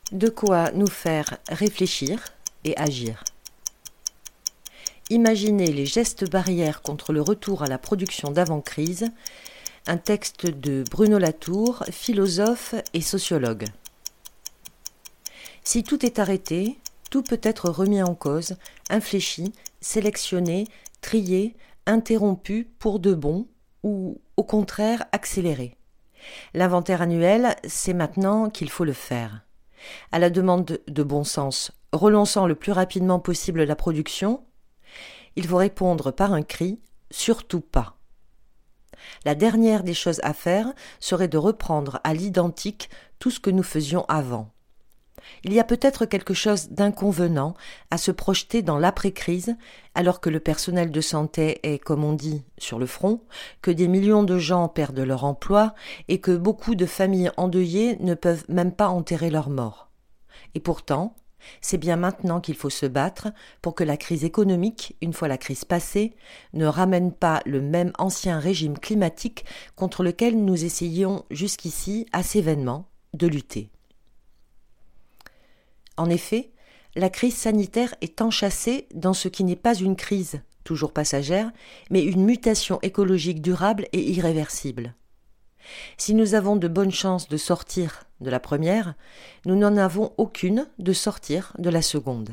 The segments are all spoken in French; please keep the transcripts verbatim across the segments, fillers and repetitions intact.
De quoi nous faire réfléchir et agir. Imaginez les gestes barrières contre le retour à la production d'avant-crise, un texte de Bruno Latour, philosophe et sociologue. Si tout est arrêté, tout peut être remis en cause, infléchi, sélectionné, trié, interrompu pour de bon ou, au contraire, accéléré. L'inventaire annuel, c'est maintenant qu'il faut le faire. À la demande de bon sens, relançant le plus rapidement possible la production, il faut répondre par un cri « surtout pas ». La dernière des choses à faire serait de reprendre à l'identique tout ce que nous faisions avant. Il y a peut-être quelque chose d'inconvenant à se projeter dans l'après-crise alors que le personnel de santé est, comme on dit, sur le front, que des millions de gens perdent leur emploi et que beaucoup de familles endeuillées ne peuvent même pas enterrer leurs morts. Et pourtant, c'est bien maintenant qu'il faut se battre pour que la crise économique, une fois la crise passée, ne ramène pas le même ancien régime climatique contre lequel nous essayions jusqu'ici assez vainement de lutter. En effet, la crise sanitaire est enchâssée dans ce qui n'est pas une crise, toujours passagère, mais une mutation écologique durable et irréversible. Si nous avons de bonnes chances de sortir de la première, nous n'en avons aucune de sortir de la seconde.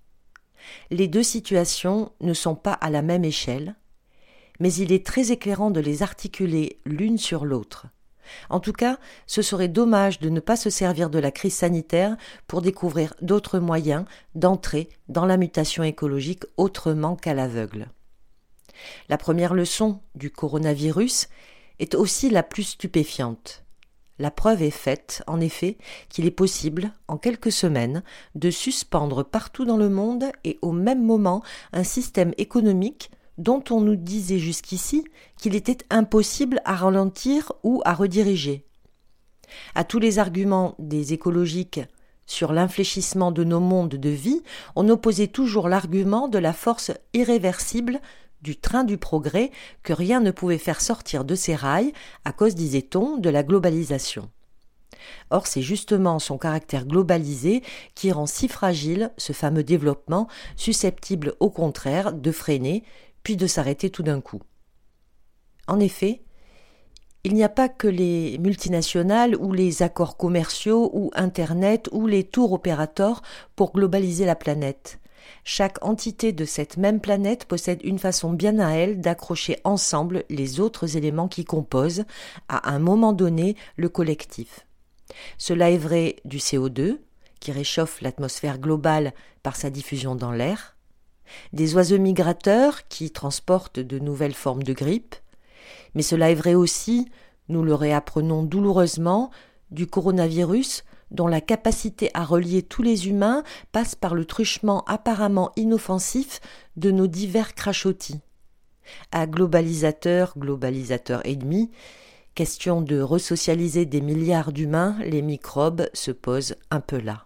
Les deux situations ne sont pas à la même échelle, mais il est très éclairant de les articuler l'une sur l'autre. En tout cas, ce serait dommage de ne pas se servir de la crise sanitaire pour découvrir d'autres moyens d'entrer dans la mutation écologique autrement qu'à l'aveugle. La première leçon du coronavirus est aussi la plus stupéfiante. La preuve est faite, en effet, qu'il est possible, en quelques semaines, de suspendre partout dans le monde et au même moment un système économique dont on nous disait jusqu'ici qu'il était impossible à ralentir ou à rediriger. À tous les arguments des écologiques sur l'infléchissement de nos mondes de vie, on opposait toujours l'argument de la force irréversible du train du progrès que rien ne pouvait faire sortir de ses rails à cause, disait-on, de la globalisation. Or, c'est justement son caractère globalisé qui rend si fragile ce fameux développement, susceptible au contraire de freiner puis de s'arrêter tout d'un coup. En effet, il n'y a pas que les multinationales ou les accords commerciaux ou Internet ou les tours opérateurs pour globaliser la planète. Chaque entité de cette même planète possède une façon bien à elle d'accrocher ensemble les autres éléments qui composent, à un moment donné, le collectif. Cela est vrai du C O deux, qui réchauffe l'atmosphère globale par sa diffusion dans l'air, des oiseaux migrateurs qui transportent de nouvelles formes de grippe, mais cela est vrai aussi, nous le réapprenons douloureusement, du coronavirus dont la capacité à relier tous les humains passe par le truchement apparemment inoffensif de nos divers crachottis. À globalisateur, globalisateur et demi, question de resocialiser des milliards d'humains, les microbes se posent un peu là.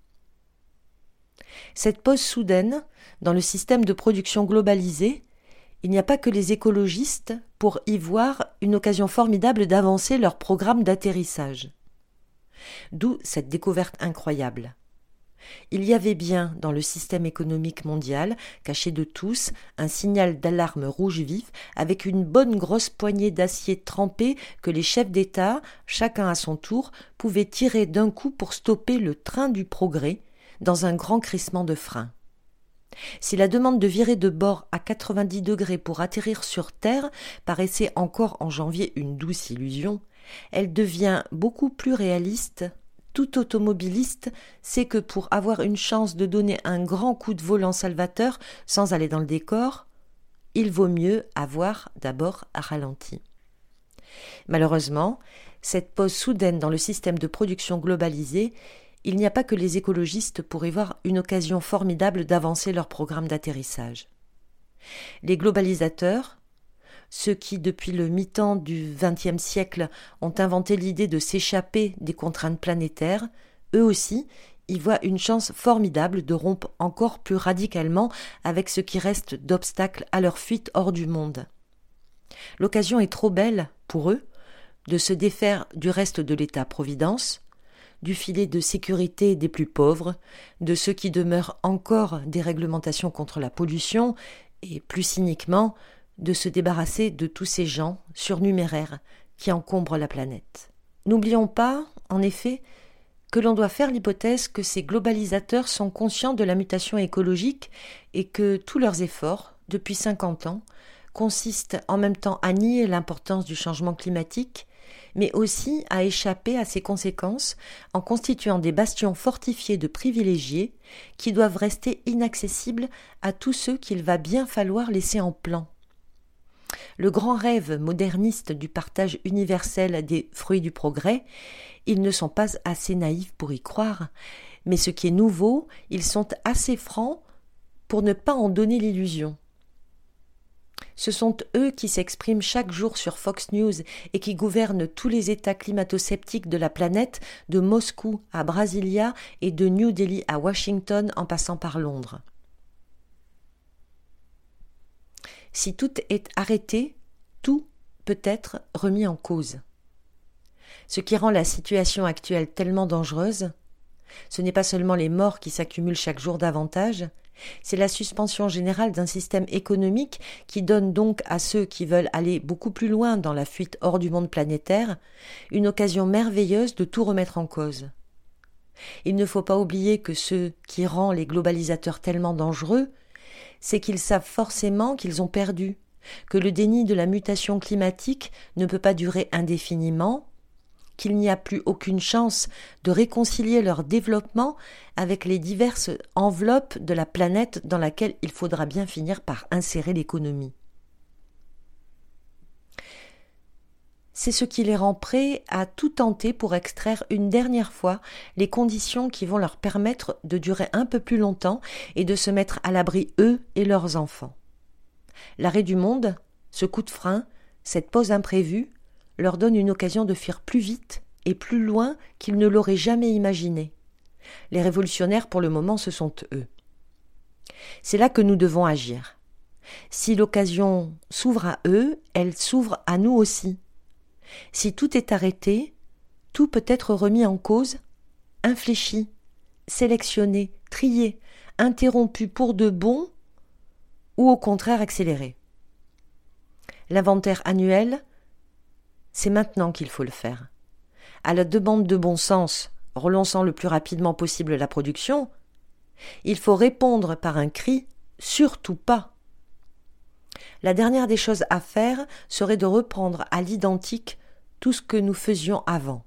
Cette pause soudaine, dans le système de production globalisé, il n'y a pas que les écologistes pour y voir une occasion formidable d'avancer leur programme d'atterrissage. D'où cette découverte incroyable. Il y avait bien dans le système économique mondial, caché de tous, un signal d'alarme rouge vif avec une bonne grosse poignée d'acier trempé que les chefs d'État, chacun à son tour, pouvaient tirer d'un coup pour stopper le train du progrès dans un grand crissement de frein. Si la demande de virer de bord à quatre-vingt-dix degrés pour atterrir sur Terre paraissait encore en janvier une douce illusion, elle devient beaucoup plus réaliste. Tout automobiliste sait que pour avoir une chance de donner un grand coup de volant salvateur sans aller dans le décor, il vaut mieux avoir d'abord ralenti. Malheureusement, cette pause soudaine dans le système de production globalisé, il n'y a pas que les écologistes pour y voir une occasion formidable d'avancer leur programme d'atterrissage. Les globalisateurs, ceux qui, depuis le mi-temps du vingtième siècle, ont inventé l'idée de s'échapper des contraintes planétaires, eux aussi y voient une chance formidable de rompre encore plus radicalement avec ce qui reste d'obstacles à leur fuite hors du monde. L'occasion est trop belle, pour eux, de se défaire du reste de l'État-providence, du filet de sécurité des plus pauvres, de ceux qui demeurent encore des réglementations contre la pollution, et plus cyniquement, de se débarrasser de tous ces gens surnuméraires qui encombrent la planète. N'oublions pas, en effet, que l'on doit faire l'hypothèse que ces globalisateurs sont conscients de la mutation écologique et que tous leurs efforts, depuis cinquante ans, consistent en même temps à nier l'importance du changement climatique, mais aussi à échapper à ses conséquences en constituant des bastions fortifiés de privilégiés qui doivent rester inaccessibles à tous ceux qu'il va bien falloir laisser en plan. Le grand rêve moderniste du partage universel des fruits du progrès, ils ne sont pas assez naïfs pour y croire, mais ce qui est nouveau, ils sont assez francs pour ne pas en donner l'illusion. Ce sont eux qui s'expriment chaque jour sur Fox News et qui gouvernent tous les États climato-sceptiques de la planète, de Moscou à Brasilia et de New Delhi à Washington en passant par Londres. Si tout est arrêté, tout peut être remis en cause. Ce qui rend la situation actuelle tellement dangereuse, ce n'est pas seulement les morts qui s'accumulent chaque jour davantage, c'est la suspension générale d'un système économique qui donne donc à ceux qui veulent aller beaucoup plus loin dans la fuite hors du monde planétaire une occasion merveilleuse de tout remettre en cause. Il ne faut pas oublier que ce qui rend les globalisateurs tellement dangereux, c'est qu'ils savent forcément qu'ils ont perdu, que le déni de la mutation climatique ne peut pas durer indéfiniment, qu'il n'y a plus aucune chance de réconcilier leur développement avec les diverses enveloppes de la planète dans laquelle il faudra bien finir par insérer l'économie. C'est ce qui les rend prêts à tout tenter pour extraire une dernière fois les conditions qui vont leur permettre de durer un peu plus longtemps et de se mettre à l'abri eux et leurs enfants. L'arrêt du monde, ce coup de frein, cette pause imprévue, leur donne une occasion de fuir plus vite et plus loin qu'ils ne l'auraient jamais imaginé. Les révolutionnaires, pour le moment, ce sont eux. C'est là que nous devons agir. Si l'occasion s'ouvre à eux, elle s'ouvre à nous aussi. Si tout est arrêté, tout peut être remis en cause, infléchi, sélectionné, trié, interrompu pour de bon ou au contraire accéléré. L'inventaire annuel, c'est maintenant qu'il faut le faire. À la demande de bon sens, relançant le plus rapidement possible la production, il faut répondre par un cri « surtout pas ». La dernière des choses à faire serait de reprendre à l'identique tout ce que nous faisions avant.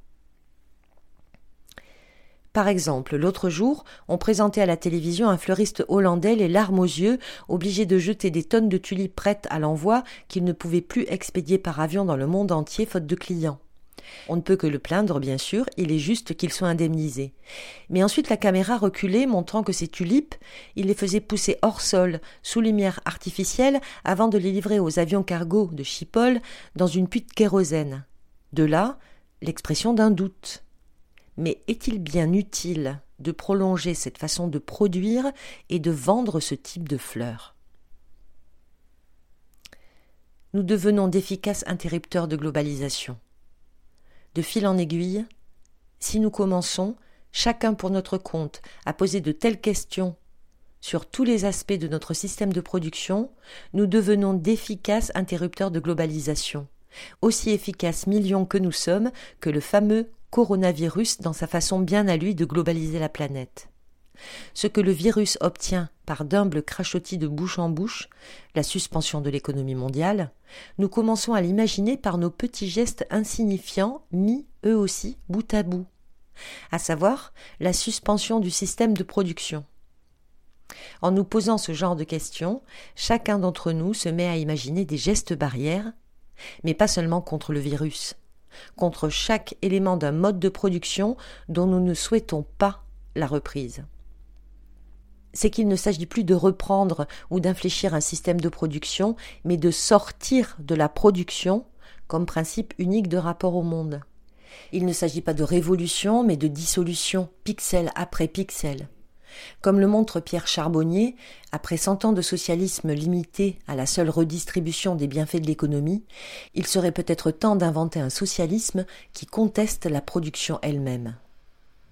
Par exemple, l'autre jour, on présentait à la télévision un fleuriste hollandais les larmes aux yeux, obligé de jeter des tonnes de tulipes prêtes à l'envoi qu'il ne pouvait plus expédier par avion dans le monde entier faute de clients. On ne peut que le plaindre, bien sûr, il est juste qu'il soit indemnisé. Mais ensuite la caméra reculait, montrant que ces tulipes, il les faisait pousser hors sol, sous lumière artificielle, avant de les livrer aux avions cargo de Schiphol dans une puits de kérosène. De là, l'expression d'un doute. Mais est-il bien utile de prolonger cette façon de produire et de vendre ce type de fleurs ? Nous devenons d'efficaces interrupteurs de globalisation. De fil en aiguille, si nous commençons, chacun pour notre compte, à poser de telles questions sur tous les aspects de notre système de production, nous devenons d'efficaces interrupteurs de globalisation, aussi efficaces millions que nous sommes que le fameux coronavirus dans sa façon bien à lui de globaliser la planète. Ce que le virus obtient par d'humbles crachotis de bouche en bouche, la suspension de l'économie mondiale, nous commençons à l'imaginer par nos petits gestes insignifiants mis, eux aussi, bout à bout, à savoir la suspension du système de production. En nous posant ce genre de questions, chacun d'entre nous se met à imaginer des gestes barrières, mais pas seulement contre le virus, contre chaque élément d'un mode de production dont nous ne souhaitons pas la reprise. C'est qu'il ne s'agit plus de reprendre ou d'infléchir un système de production, mais de sortir de la production comme principe unique de rapport au monde. Il ne s'agit pas de révolution, mais de dissolution, pixel après pixel. Comme le montre Pierre Charbonnier, après cent ans de socialisme limité à la seule redistribution des bienfaits de l'économie, il serait peut-être temps d'inventer un socialisme qui conteste la production elle-même.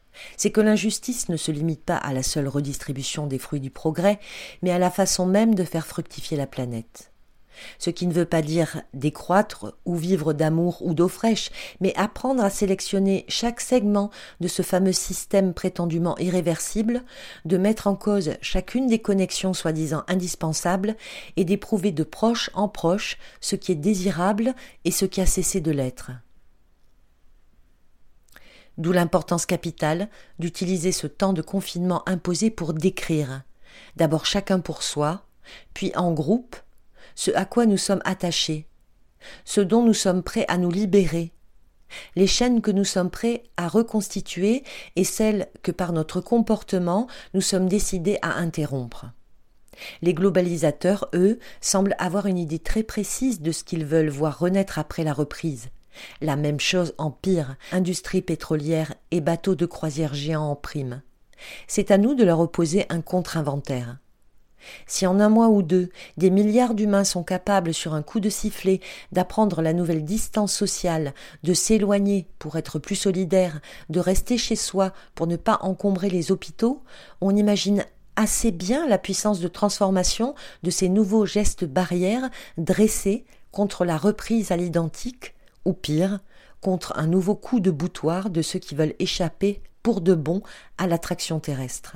C'est que l'injustice ne se limite pas à la seule redistribution des fruits du progrès, mais à la façon même de faire fructifier la planète. Ce qui ne veut pas dire décroître ou vivre d'amour ou d'eau fraîche, mais apprendre à sélectionner chaque segment de ce fameux système prétendument irréversible, de mettre en cause chacune des connexions soi-disant indispensables et d'éprouver de proche en proche ce qui est désirable et ce qui a cessé de l'être. D'où l'importance capitale d'utiliser ce temps de confinement imposé pour décrire, d'abord chacun pour soi, puis en groupe, ce à quoi nous sommes attachés, ce dont nous sommes prêts à nous libérer, les chaînes que nous sommes prêts à reconstituer et celles que par notre comportement nous sommes décidés à interrompre. Les globalisateurs, eux, semblent avoir une idée très précise de ce qu'ils veulent voir renaître après la reprise. La même chose en pire, industrie pétrolière et bateaux de croisière géants en prime. C'est à nous de leur opposer un contre-inventaire. Si en un mois ou deux, des milliards d'humains sont capables sur un coup de sifflet d'apprendre la nouvelle distance sociale, de s'éloigner pour être plus solidaires, de rester chez soi pour ne pas encombrer les hôpitaux, on imagine assez bien la puissance de transformation de ces nouveaux gestes barrières dressés contre la reprise à l'identique, ou pire, contre un nouveau coup de boutoir de ceux qui veulent échapper pour de bon à l'attraction terrestre.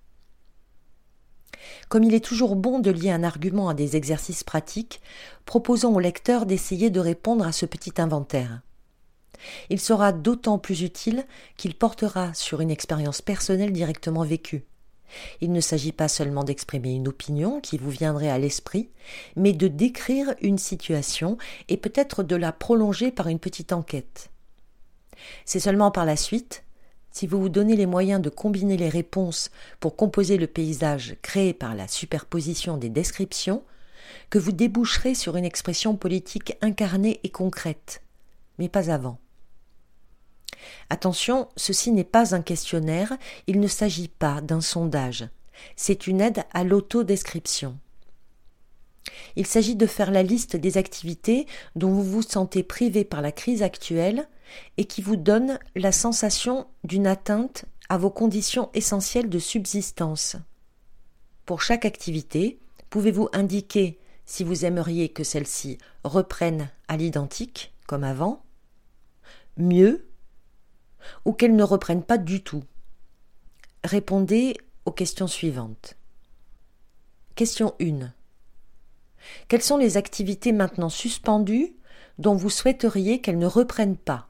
Comme il est toujours bon de lier un argument à des exercices pratiques, proposons au lecteur d'essayer de répondre à ce petit inventaire. Il sera d'autant plus utile qu'il portera sur une expérience personnelle directement vécue. Il ne s'agit pas seulement d'exprimer une opinion qui vous viendrait à l'esprit, mais de décrire une situation et peut-être de la prolonger par une petite enquête. C'est seulement par la suite, si vous vous donnez les moyens de combiner les réponses pour composer le paysage créé par la superposition des descriptions, que vous déboucherez sur une expression politique incarnée et concrète, mais pas avant. Attention, ceci n'est pas un questionnaire, il ne s'agit pas d'un sondage, c'est une aide à l'autodescription. Il s'agit de faire la liste des activités dont vous vous sentez privé par la crise actuelle et qui vous donnent la sensation d'une atteinte à vos conditions essentielles de subsistance. Pour chaque activité, pouvez-vous indiquer si vous aimeriez que celle-ci reprenne à l'identique, comme avant, mieux, ou qu'elle ne reprenne pas du tout. Répondez aux questions suivantes. Question un. Quelles sont les activités maintenant suspendues dont vous souhaiteriez qu'elles ne reprennent pas?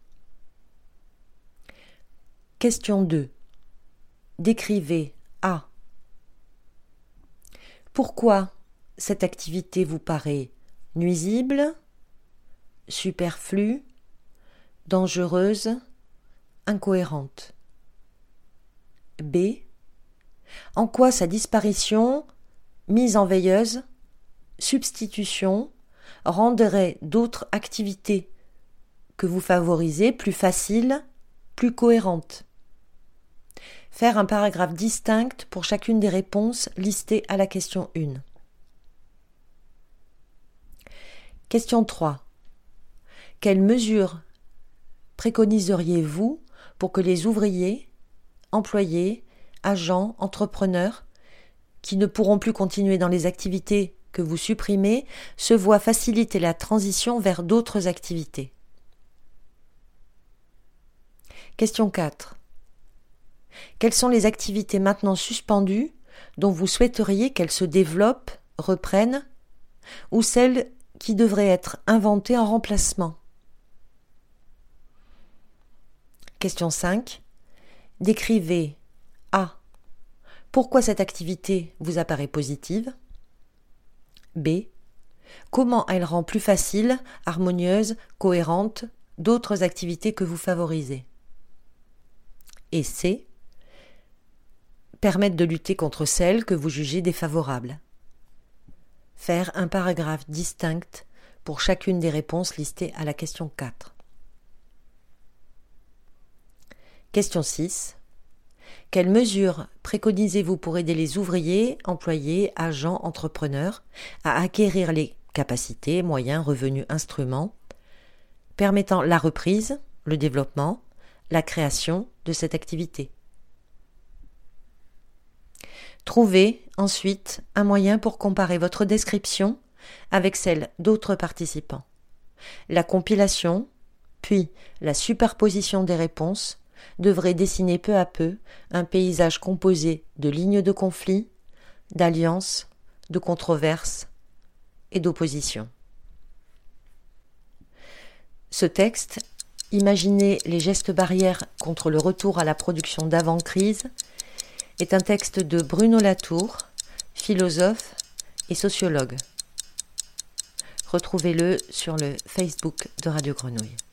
Question deux. Décrivez A. Pourquoi cette activité vous paraît nuisible, superflue, dangereuse, incohérente? B. En quoi sa disparition, mise en veilleuse, substitution, rendrait d'autres activités que vous favorisez plus faciles, plus cohérentes? Faire un paragraphe distinct pour chacune des réponses listées à la question un. Question trois. Quelles mesures préconiseriez-vous pour que les ouvriers, employés, agents, entrepreneurs, qui ne pourront plus continuer dans les activités que vous supprimez, se voient faciliter la transition vers d'autres activités? Question quatre. Quelles sont les activités maintenant suspendues dont vous souhaiteriez qu'elles se développent, reprennent, ou celles qui devraient être inventées en remplacement? Question cinq. Décrivez A. Pourquoi cette activité vous apparaît positive? B. Comment elle rend plus facile, harmonieuse, cohérente d'autres activités que vous favorisez? Et C. Permettre de lutter contre celles que vous jugez défavorables. Faire un paragraphe distinct pour chacune des réponses listées à la question quatre. Question six. Quelles mesures préconisez-vous pour aider les ouvriers, employés, agents, entrepreneurs à acquérir les capacités, moyens, revenus, instruments permettant la reprise, le développement, la création de cette activité. Trouvez ensuite un moyen pour comparer votre description avec celle d'autres participants. La compilation, puis la superposition des réponses devrait dessiner peu à peu un paysage composé de lignes de conflit, d'alliances, de controverses et d'oppositions. Ce texte, Imaginez les gestes barrières contre le retour à la production d'avant-crise, est un texte de Bruno Latour, philosophe et sociologue. Retrouvez-le sur le Facebook de Radio Grenouille.